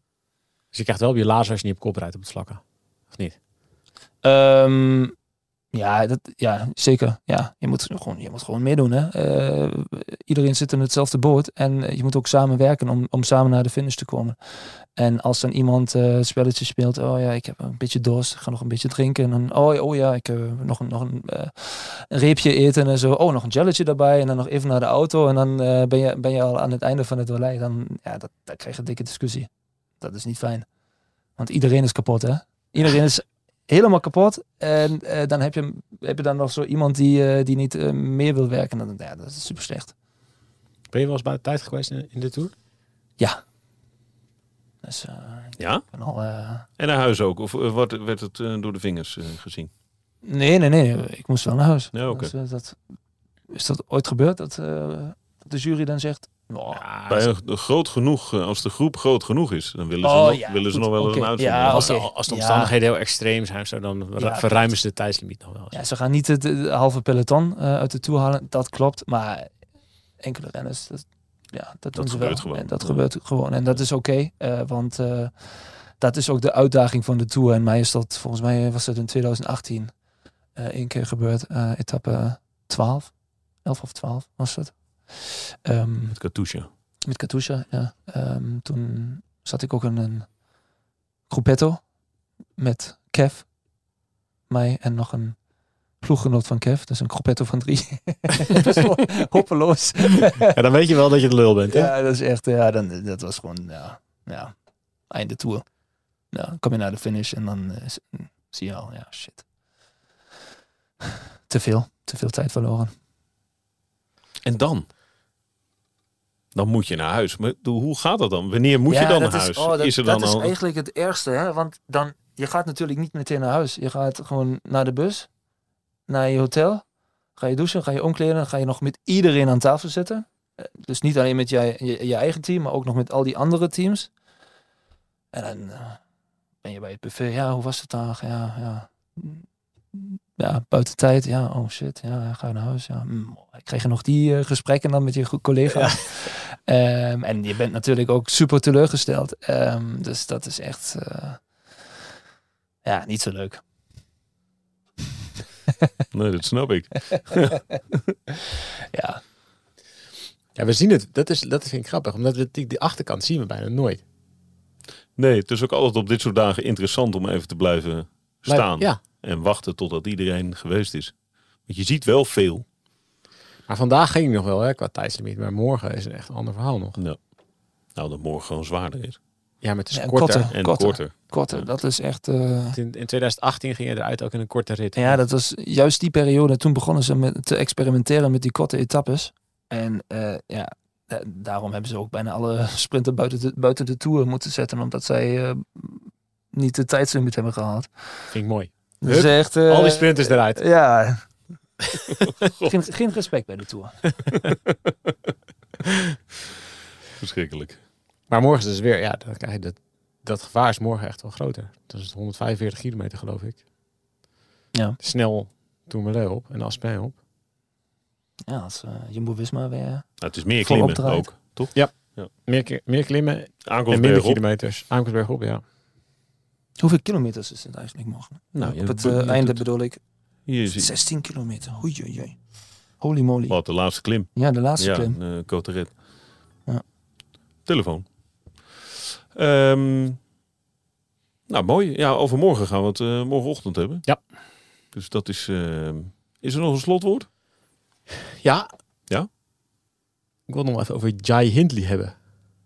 [SPEAKER 3] Dus je krijgt wel op je laars als je niet op kop rijdt op het vlakken. Of niet?
[SPEAKER 4] Ja, zeker. Ja, je moet gewoon meedoen. Hè? Iedereen zit in hetzelfde boot. En je moet ook samenwerken om samen naar de finish te komen. En als dan iemand spelletje speelt. Oh ja, ik heb een beetje dorst. Ik ga nog een beetje drinken. En dan, oh ja, ik heb nog een reepje eten en zo. Oh, nog een jelletje daarbij. En dan nog even naar de auto. En dan ben je al aan het einde van het vallei. Dan krijg je een dikke discussie. Dat is niet fijn. Want iedereen is kapot, hè? Iedereen is helemaal kapot. En dan heb je dan nog zo iemand die niet meer wil werken. Dan, dat is super slecht.
[SPEAKER 3] Ben je wel eens bij de tijd geweest in de Tour?
[SPEAKER 4] Ja. Dus,
[SPEAKER 2] Ja? En naar huis ook? Of werd het door de vingers gezien?
[SPEAKER 4] Nee. Ik moest wel naar huis.
[SPEAKER 2] Ja, oké.
[SPEAKER 4] Dus, is dat ooit gebeurd? Dat de jury dan zegt...
[SPEAKER 2] Bij groot genoeg, als de groep groot genoeg is, dan willen ze nog wel eens een uitzending.
[SPEAKER 3] Ja, als de omstandigheden heel extreem zijn, dan verruimen ze de tijdslimiet nog wel eens.
[SPEAKER 4] Ja, ze gaan niet het halve peloton uit de Tour halen, dat klopt. Maar enkele renners, dat doen ze wel.
[SPEAKER 2] Gewoon.
[SPEAKER 4] En dat gebeurt gewoon. En dat is oké, want dat is ook de uitdaging van de Tour. En mij is dat, volgens mij was dat in 2018 één keer gebeurd. Etappe 12, 11 of 12 was dat.
[SPEAKER 2] Met Katusha.
[SPEAKER 4] Met Katusha, ja. Toen zat ik ook in een groepetto met Kev, mij en nog een ploeggenoot van Kev. Dus een groepetto van 3. Best wel hoppeloos.
[SPEAKER 3] Ja, dan weet je wel dat je de lul bent, hè?
[SPEAKER 4] Ja, dat is echt, dat was gewoon, einde Tour. Ja, dan kom je naar de finish en dan zie je al, shit. Te veel tijd verloren.
[SPEAKER 2] En dan? Dan moet je naar huis. Maar hoe gaat dat dan? Wanneer moet je dan naar huis?
[SPEAKER 4] Dat is eigenlijk het ergste, hè? Want je gaat natuurlijk niet meteen naar huis. Je gaat gewoon naar de bus, naar je hotel. Ga je douchen, ga je omkleden. Dan ga je nog met iedereen aan tafel zitten. Dus niet alleen met je eigen team, maar ook nog met al die andere teams. En dan ben je bij het buffet. Ja, hoe was het dag? Ja, buiten tijd. Ja, oh shit. Ja, ga je naar huis. Ja. Ik kreeg nog die gesprekken dan met je collega's. Ja. En je bent natuurlijk ook super teleurgesteld. Dus dat is echt niet zo leuk.
[SPEAKER 2] Nee, dat snap ik.
[SPEAKER 4] Ja.
[SPEAKER 3] Ja, we zien het. Dat vind ik grappig. Omdat die achterkant zien we bijna nooit.
[SPEAKER 2] Nee, het is ook altijd op dit soort dagen interessant om even te blijven staan.
[SPEAKER 3] Ja.
[SPEAKER 2] En wachten totdat iedereen geweest is. Want je ziet wel veel.
[SPEAKER 3] Maar vandaag ging het nog wel, hè, qua tijdslimiet. Maar morgen is het echt een ander verhaal nog.
[SPEAKER 2] Ja. Nou, dat morgen gewoon zwaarder is.
[SPEAKER 3] Ja, maar het is korter.
[SPEAKER 2] Korter.
[SPEAKER 4] Ja. Dat is echt...
[SPEAKER 3] In 2018 ging je eruit ook in een korte rit.
[SPEAKER 4] Ja, dat was juist die periode. Toen begonnen ze te experimenteren met die korte etappes. En daarom hebben ze ook bijna alle sprinten buiten de Tour moeten zetten. Omdat zij niet de tijdslimiet hebben gehaald.
[SPEAKER 3] Vind ik mooi.
[SPEAKER 4] Dus echt,
[SPEAKER 3] al die sprinters eruit.
[SPEAKER 4] Ja. geen respect bij de Tour.
[SPEAKER 2] Verschrikkelijk.
[SPEAKER 3] Maar morgen is het dus weer, dan krijg je dat gevaar is morgen echt wel groter. Dat is 145 kilometer, geloof ik.
[SPEAKER 4] Ja.
[SPEAKER 3] Snel Tourmalet op en Aspen op.
[SPEAKER 4] Ja, als Jumbo-Visma weer...
[SPEAKER 2] Nou, het is meer klimmen ook, toch?
[SPEAKER 3] Ja. Meer klimmen en minder kilometers. Aankomstberg op, ja.
[SPEAKER 4] Hoeveel kilometers is het eigenlijk morgen?
[SPEAKER 2] Nou,
[SPEAKER 4] op het einde bedoel ik.
[SPEAKER 2] Hier
[SPEAKER 4] 16 kilometer. Oei. Holy moly.
[SPEAKER 2] Wat, de laatste klim?
[SPEAKER 4] Ja, de laatste klim.
[SPEAKER 2] Ja, Coterret.
[SPEAKER 4] Ja.
[SPEAKER 2] Telefoon. Nou, mooi. Ja, over morgen gaan we het morgenochtend hebben.
[SPEAKER 3] Ja.
[SPEAKER 2] Dus dat is... is er nog een slotwoord?
[SPEAKER 3] Ja.
[SPEAKER 2] Ja?
[SPEAKER 3] Ik wil nog even over Jai Hindley hebben.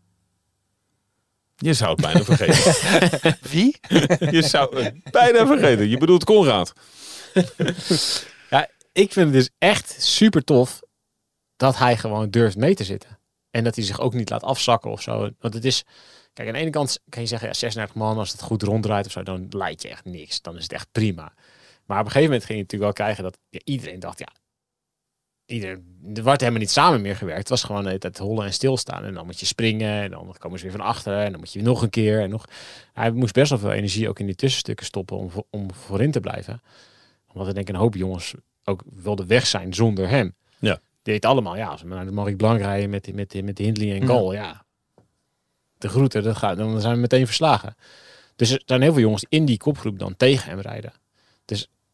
[SPEAKER 2] Je zou het bijna vergeten.
[SPEAKER 4] Wie?
[SPEAKER 2] Je zou het bijna vergeten. Je bedoelt Konrad.
[SPEAKER 3] Ja, ik vind het dus echt super tof dat hij gewoon durft mee te zitten. En dat hij zich ook niet laat afzakken of zo. Want het is... Kijk, aan de ene kant kan je zeggen, 36 man, als het goed ronddraait of zo, dan lijkt je echt niks. Dan is het echt prima. Maar op een gegeven moment ging je natuurlijk wel krijgen dat iedereen dacht, er wordt helemaal niet samen meer gewerkt. Het was gewoon het hollen en stilstaan. En dan moet je springen. En dan komen ze weer van achteren. En dan moet je nog een keer. En nog. Hij moest best wel veel energie ook in die tussenstukken stoppen om voorin te blijven. Omdat er denk ik een hoop jongens ook wilden weg zijn zonder hem.
[SPEAKER 2] Ja.
[SPEAKER 3] Die deed allemaal. Ja, als we naar de Marik Blanc rijden met Hindley en Gal. Ja. De groeten, dan zijn we meteen verslagen. Dus er zijn heel veel jongens die in die kopgroep dan tegen hem rijden. Dus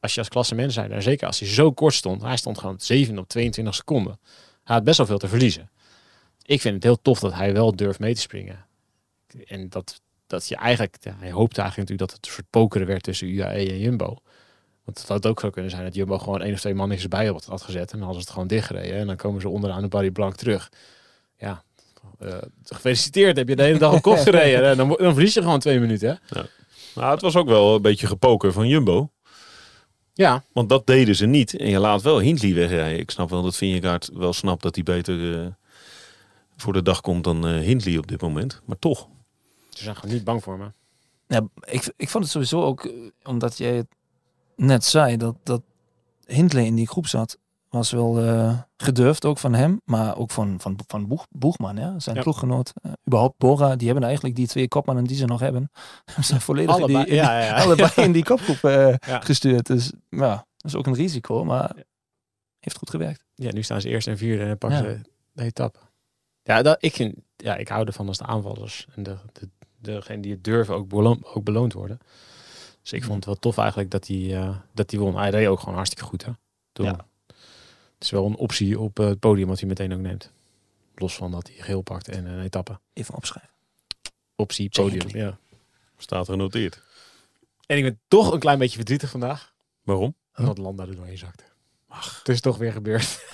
[SPEAKER 3] als je als klassement zijn, en zeker als hij zo kort stond, hij stond gewoon 7 op 22 seconden. Hij had best wel veel te verliezen. Ik vind het heel tof dat hij wel durft mee te springen. En dat je eigenlijk, hij hoopte eigenlijk natuurlijk dat het een soort pokeren werd tussen UAE en Jumbo. Want het had ook zo kunnen zijn dat Jumbo gewoon 1 of 2 man erbij had gezet. En dan hadden ze het gewoon dichtgereden. En dan komen ze onderaan de Barry Blanc terug. Ja, gefeliciteerd, heb je de hele dag op kop gereden. En dan verlies je gewoon 2 minuten. Hè?
[SPEAKER 2] Ja. Nou, het was ook wel een beetje gepoker van Jumbo.
[SPEAKER 3] Ja.
[SPEAKER 2] Want dat deden ze niet. En je laat wel Hindley wegrijden. Ik snap wel dat Vingegaard wel snapt dat hij beter voor de dag komt dan Hindley op dit moment. Maar toch.
[SPEAKER 3] Ze zijn gewoon niet bang voor me.
[SPEAKER 4] Ja, ik vond het sowieso ook, omdat jij het net zei, dat Hindley in die groep zat, was wel gedurfd ook van hem, maar ook van Boegman, ja, zijn ploeggenoot. Überhaupt Bora, die hebben eigenlijk die 2 kopmannen die ze nog hebben. Ze zijn volledig allebei in die kopgroep gestuurd. Dus ja, dat is ook een risico, maar heeft goed gewerkt.
[SPEAKER 3] Ja, nu staan ze eerst en vierde en pakken ze de etappe. Ja, ik hou ervan als de aanvallers en degene die het durven ook beloond worden. Dus ik vond het wel tof eigenlijk dat hij won. Hij reed ook gewoon hartstikke goed. Hè? Het is wel een optie op het podium wat hij meteen ook neemt. Los van dat hij geel pakt en een etappe.
[SPEAKER 4] Even opschrijven.
[SPEAKER 3] Optie, podium, ja.
[SPEAKER 2] Staat genoteerd.
[SPEAKER 3] En ik ben toch een klein beetje verdrietig vandaag.
[SPEAKER 2] Waarom?
[SPEAKER 3] Omdat Landa er doorheen zakte. Ach, het is toch weer gebeurd.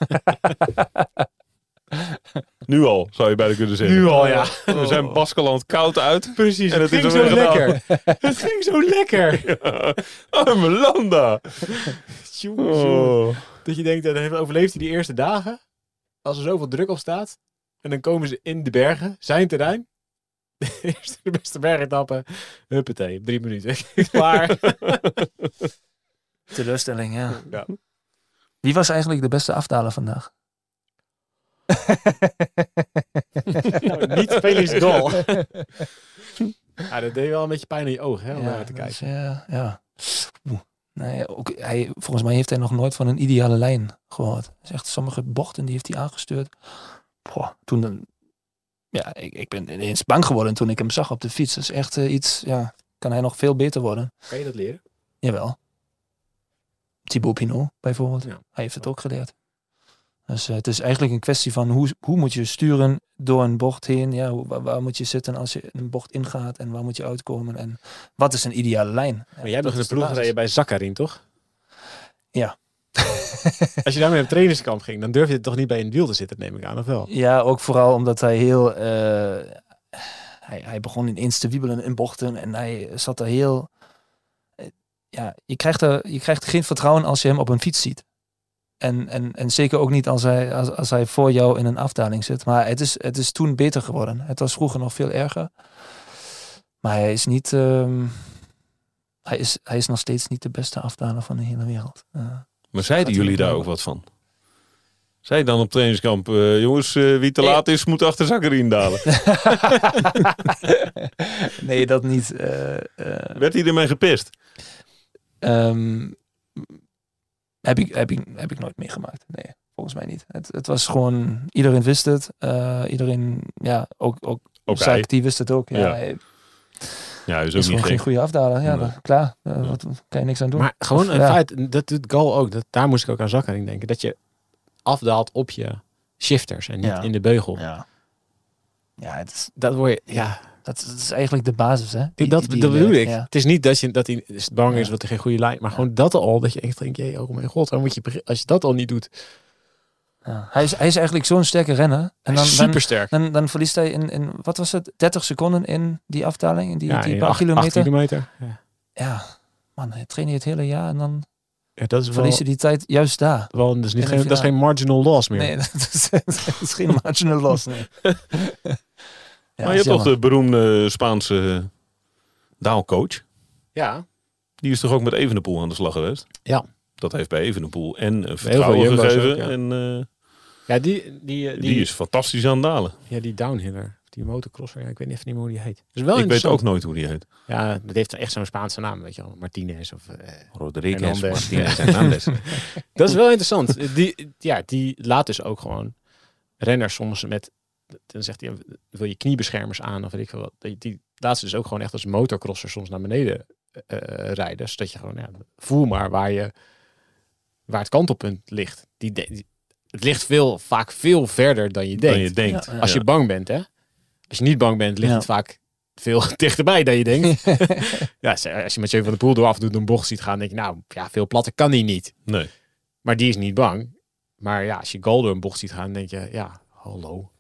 [SPEAKER 2] Nu al, zou je bijna kunnen zeggen.
[SPEAKER 3] Nu al, ja.
[SPEAKER 2] We zijn Baskeland koud uit.
[SPEAKER 3] Precies,
[SPEAKER 2] en
[SPEAKER 3] het ging zo lekker. Het ging zo lekker.
[SPEAKER 2] Ja. Arme Landa.
[SPEAKER 3] Jongen. Dat je denkt, dan overleeft hij die eerste dagen. Als er zoveel druk op staat. En dan komen ze in de bergen. Zijn terrein. De beste bergetappe. Huppatee, 3 minuten. Klaar.
[SPEAKER 4] Teleurstelling, ja. Wie was eigenlijk de beste afdaler vandaag?
[SPEAKER 3] Nou, niet Felix Gol. Ja, dat deed wel een beetje pijn in je ogen, hè, om naar te kijken.
[SPEAKER 4] Ja. Nee, ook, volgens mij heeft hij nog nooit van een ideale lijn gehoord. Het is echt sommige bochten die heeft hij aangestuurd. Ik ben ineens bang geworden toen ik hem zag op de fiets. Dat is echt iets, kan hij nog veel beter worden.
[SPEAKER 3] Kan je dat leren?
[SPEAKER 4] Jawel. Thibaut Pinot bijvoorbeeld. Ja. Hij heeft het ook geleerd. Dus het is eigenlijk een kwestie van hoe moet je sturen door een bocht heen. Ja, waar moet je zitten als je een bocht ingaat en waar moet je uitkomen en wat is een ideale lijn.
[SPEAKER 3] Maar jij hebt nog in de ploeg gereden bij Zakkarin, toch?
[SPEAKER 4] Ja.
[SPEAKER 3] Als je daarmee op trainingskamp ging, dan durf je het toch niet bij een wiel te zitten, neem ik aan, of wel?
[SPEAKER 4] Ja, ook vooral omdat hij heel... hij begon ineens te wiebelen in bochten en hij zat er heel... je krijgt geen vertrouwen als je hem op een fiets ziet. En zeker ook niet als hij voor jou in een afdaling zit. Maar het is toen beter geworden. Het was vroeger nog veel erger. Maar hij is niet... hij is nog steeds niet de beste afdaler van de hele wereld.
[SPEAKER 2] Maar zeiden jullie daar ook wat van? Zei dan op trainingskamp... jongens, wie te laat is, moet achter Zakkarin dalen.
[SPEAKER 4] Nee, dat niet.
[SPEAKER 2] Werd hij ermee gepist?
[SPEAKER 4] Heb ik nooit meegemaakt. Nee, volgens mij niet. Het was gewoon... Iedereen wist het. Iedereen... Ja, ook Zak, die wist het ook. Ja, hij
[SPEAKER 2] is
[SPEAKER 4] ook niet geen goede afdaler. Ja, nee. Klaar. Wat kan je niks aan doen.
[SPEAKER 3] Maar gewoon een feit... Dat doet Gal ook. Daar moest ik ook aan Zakkarin denken. Dat je afdaalt op je shifters en niet in de beugel.
[SPEAKER 4] Ja, het is...
[SPEAKER 3] Dat word je... Ja...
[SPEAKER 4] Dat is eigenlijk de basis, hè?
[SPEAKER 3] Dat bedoel ik. Ja. Het is niet dat hij bang is dat hij geen goede lijn... Maar gewoon dat al, dat je echt denkt... Oh mijn god, dan moet je... Als je dat al niet doet...
[SPEAKER 4] Ja. Hij is eigenlijk zo'n sterke renner. En dan,
[SPEAKER 3] supersterk.
[SPEAKER 4] Dan verliest hij in... Wat was het? 30 seconden in die afdaling? In die paar kilometer?
[SPEAKER 3] 8 kilometer.
[SPEAKER 4] Ja. Man, hij traint het hele jaar en dan...
[SPEAKER 3] Ja, dat is
[SPEAKER 4] verlies je die tijd juist daar.
[SPEAKER 3] Dat is geen marginal loss meer.
[SPEAKER 4] Nee, dat is geen marginal loss. Nee.
[SPEAKER 2] Ja, maar je hebt toch de beroemde Spaanse daalcoach?
[SPEAKER 3] Ja.
[SPEAKER 2] Die is toch ook met Evenepoel aan de slag geweest?
[SPEAKER 3] Ja.
[SPEAKER 2] Dat heeft bij Evenepoel en vertrouwen gegeven.
[SPEAKER 3] Ook, ja. Die
[SPEAKER 2] is fantastisch aan het dalen.
[SPEAKER 3] Ja, die downhiller. Die motocrosser. Ja, ik weet even niet meer hoe die heet.
[SPEAKER 2] Dus wel ik weet ook nooit hoe die heet.
[SPEAKER 3] Ja, dat heeft echt zo'n Spaanse naam. Weet je wel. Martinez of...
[SPEAKER 2] Rodriguez, Martinez en Hernandez.
[SPEAKER 3] Dat is wel interessant. Die laat dus ook gewoon renners soms met... Dan zegt hij, wil je kniebeschermers aan of weet ik veel wat. Die laat ze dus ook gewoon echt als motorcrosser soms naar beneden rijders. Dat je gewoon, voel maar waar het kantelpunt ligt. Het ligt vaak veel verder dan je denkt.
[SPEAKER 4] Ja.
[SPEAKER 3] Als je bang bent, hè. Als je niet bang bent, ligt het vaak veel dichterbij dan je denkt. Als je met Mathieu van der Poel door af en toe een bocht ziet gaan, denk je, veel platter kan die niet.
[SPEAKER 2] Nee.
[SPEAKER 3] Maar die is niet bang. Maar als je Gal door een bocht ziet gaan, denk je, hallo.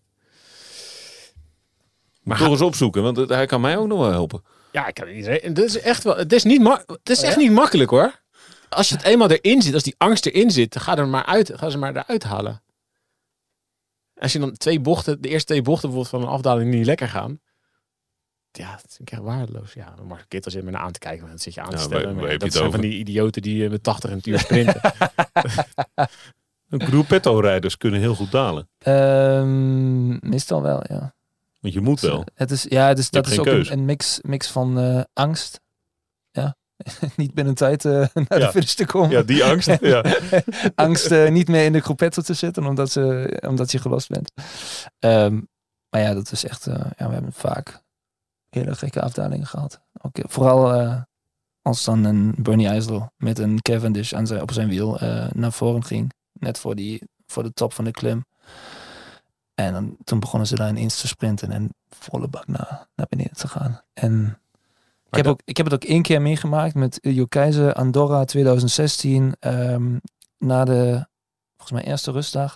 [SPEAKER 2] Maar toch eens opzoeken, want hij kan mij ook nog wel helpen.
[SPEAKER 3] Ja, ik kan iedereen. Het is echt wel. Het is echt niet makkelijk, hoor. Als je het eenmaal erin zit, als die angst erin zit, dan ga ze maar eruit halen. Als je dan de eerste 2 bochten bijvoorbeeld van een afdaling niet lekker gaan. Ja, dat vind ik echt waardeloos. Ja, dan mag ik als je me naar aan te kijken, dan zit je aan te stellen. Dat zijn van die idioten die met 80 een uur sprinten.
[SPEAKER 2] Gruppetto-rijders kunnen heel goed dalen.
[SPEAKER 4] Meestal wel, ja.
[SPEAKER 2] Want je moet wel.
[SPEAKER 4] Dat is ook een mix van angst. Ja. Niet binnen tijd naar de finish te komen.
[SPEAKER 2] Ja, die angst. Ja.
[SPEAKER 4] Angst niet meer in de gruppetto te zitten omdat je gelost bent. Maar ja, dat is echt... we hebben vaak hele gekke afdalingen gehad. Vooral als dan een Bernie Eisel met een Cavendish op zijn wiel naar voren ging. Net voor de top van de klim. En toen begonnen ze daar ineens te sprinten en volle bak naar beneden te gaan. En ik heb het ook 1 keer meegemaakt met Iljo Keizer, Andorra 2016. Na de, volgens mij, eerste rustdag.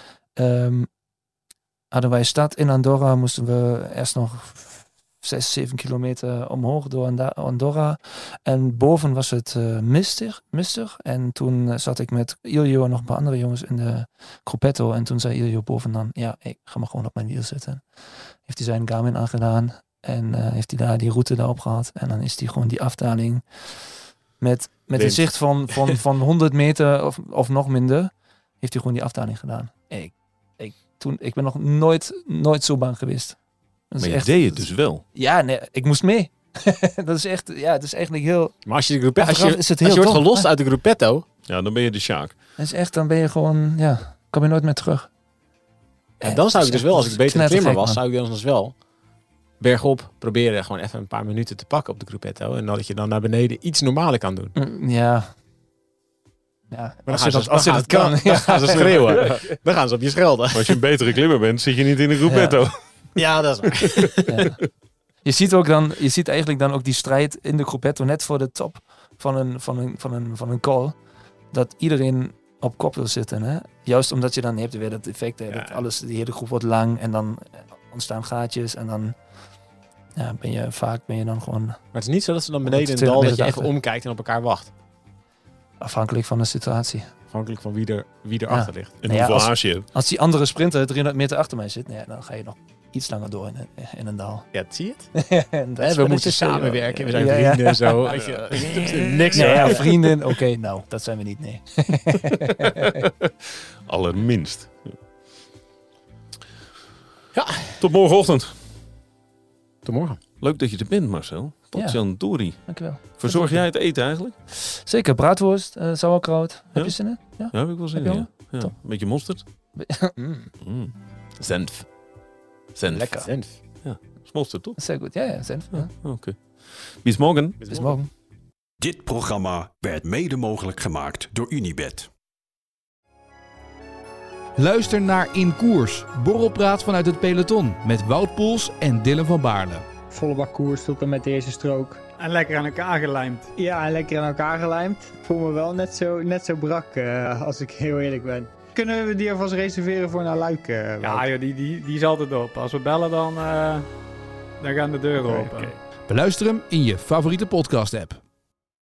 [SPEAKER 4] Hadden wij start in Andorra. Moesten we eerst nog 6-7 kilometer omhoog door Andorra. En boven was het mistig. En toen zat ik met Iljo en nog een paar andere jongens in de gruppetto. En toen zei Iljo boven dan, ik ga maar gewoon op mijn wiel zitten. Heeft hij zijn Garmin aangedaan. En heeft hij daar die route daarop gehad. En dan is hij gewoon die afdaling met een zicht van 100 meter of nog minder. Heeft hij gewoon die afdaling gedaan. Ik ben nog nooit zo bang geweest.
[SPEAKER 2] Maar je deed het dus wel.
[SPEAKER 4] Ja, nee, ik moest mee. Dat is echt, het is eigenlijk heel...
[SPEAKER 3] Maar als je wordt
[SPEAKER 4] dom.
[SPEAKER 3] gelost uit de gruppetto...
[SPEAKER 2] Ja, dan ben je de Sjaak.
[SPEAKER 4] Dat is echt, dan ben je gewoon, kom je nooit meer terug.
[SPEAKER 3] En dan zou ik dus wel, als ik beter klimmer was, zou ik dan dus wel bergop proberen gewoon even een paar minuten te pakken op de gruppetto. En dat je dan naar beneden iets normaler kan doen.
[SPEAKER 4] Ja.
[SPEAKER 3] Maar als je dat kan, dan gaan ze schreeuwen. Dan gaan ze op je schelden.
[SPEAKER 2] Maar als je een betere klimmer bent, zit je niet in een gruppetto.
[SPEAKER 3] Ja, dat is waar.
[SPEAKER 4] Ja. Je ziet eigenlijk dan ook die strijd in de gruppetto net voor de top van een call. Dat iedereen op kop wil zitten. Hè? Juist omdat je dan hebt weer dat effect. Hè? Dat die hele groep wordt lang en dan ontstaan gaatjes en dan ben je dan gewoon... Maar
[SPEAKER 3] het is niet zo dat ze dan beneden in het dal dat je even omkijkt en op elkaar wacht.
[SPEAKER 4] Afhankelijk van de situatie.
[SPEAKER 3] Afhankelijk van wie er achter ligt.
[SPEAKER 2] En hoeveel haast je hebt.
[SPEAKER 4] Als die andere sprinter 300 meter achter mij zit, dan ga je nog iets langer door in een dal.
[SPEAKER 3] Ja, zie je het? We moeten samenwerken. We zijn vrienden en zo. Niks
[SPEAKER 4] vrienden. Oké, dat zijn we niet, nee.
[SPEAKER 2] Allerminst.
[SPEAKER 3] Ja.
[SPEAKER 2] Tot morgenochtend.
[SPEAKER 3] Tot morgen.
[SPEAKER 2] Leuk dat je er bent, Marcel. Potjandori.
[SPEAKER 4] Dankjewel.
[SPEAKER 2] Verzorg jij het eten eigenlijk?
[SPEAKER 4] Zeker, braadworst, sauerkraut. Heb je zin in?
[SPEAKER 2] Ja, heb ik wel zin in. Ja. Een beetje mosterd. Senf.
[SPEAKER 4] Lekker.
[SPEAKER 3] Senf.
[SPEAKER 2] Ja, is mosterd toch?
[SPEAKER 4] Zeer goed, ja, senf. Ja.
[SPEAKER 2] Oké. Bis morgen.
[SPEAKER 4] Bis morgen.
[SPEAKER 1] Dit programma werd mede mogelijk gemaakt door Unibet.
[SPEAKER 5] Luister naar In Koers, borrelpraat vanuit het peloton met Wout Poels en Dylan van Baarle.
[SPEAKER 6] Volle bak koers tot en met deze strook.
[SPEAKER 7] En lekker aan elkaar gelijmd.
[SPEAKER 6] Ja, en lekker aan elkaar gelijmd. Ik voel me wel net zo brak, als ik heel eerlijk ben. Kunnen we die alvast reserveren voor naar Luik?
[SPEAKER 7] Ja, joh, die is altijd op. Als we bellen, dan gaan de deuren open.
[SPEAKER 5] Beluister hem in je favoriete podcast-app.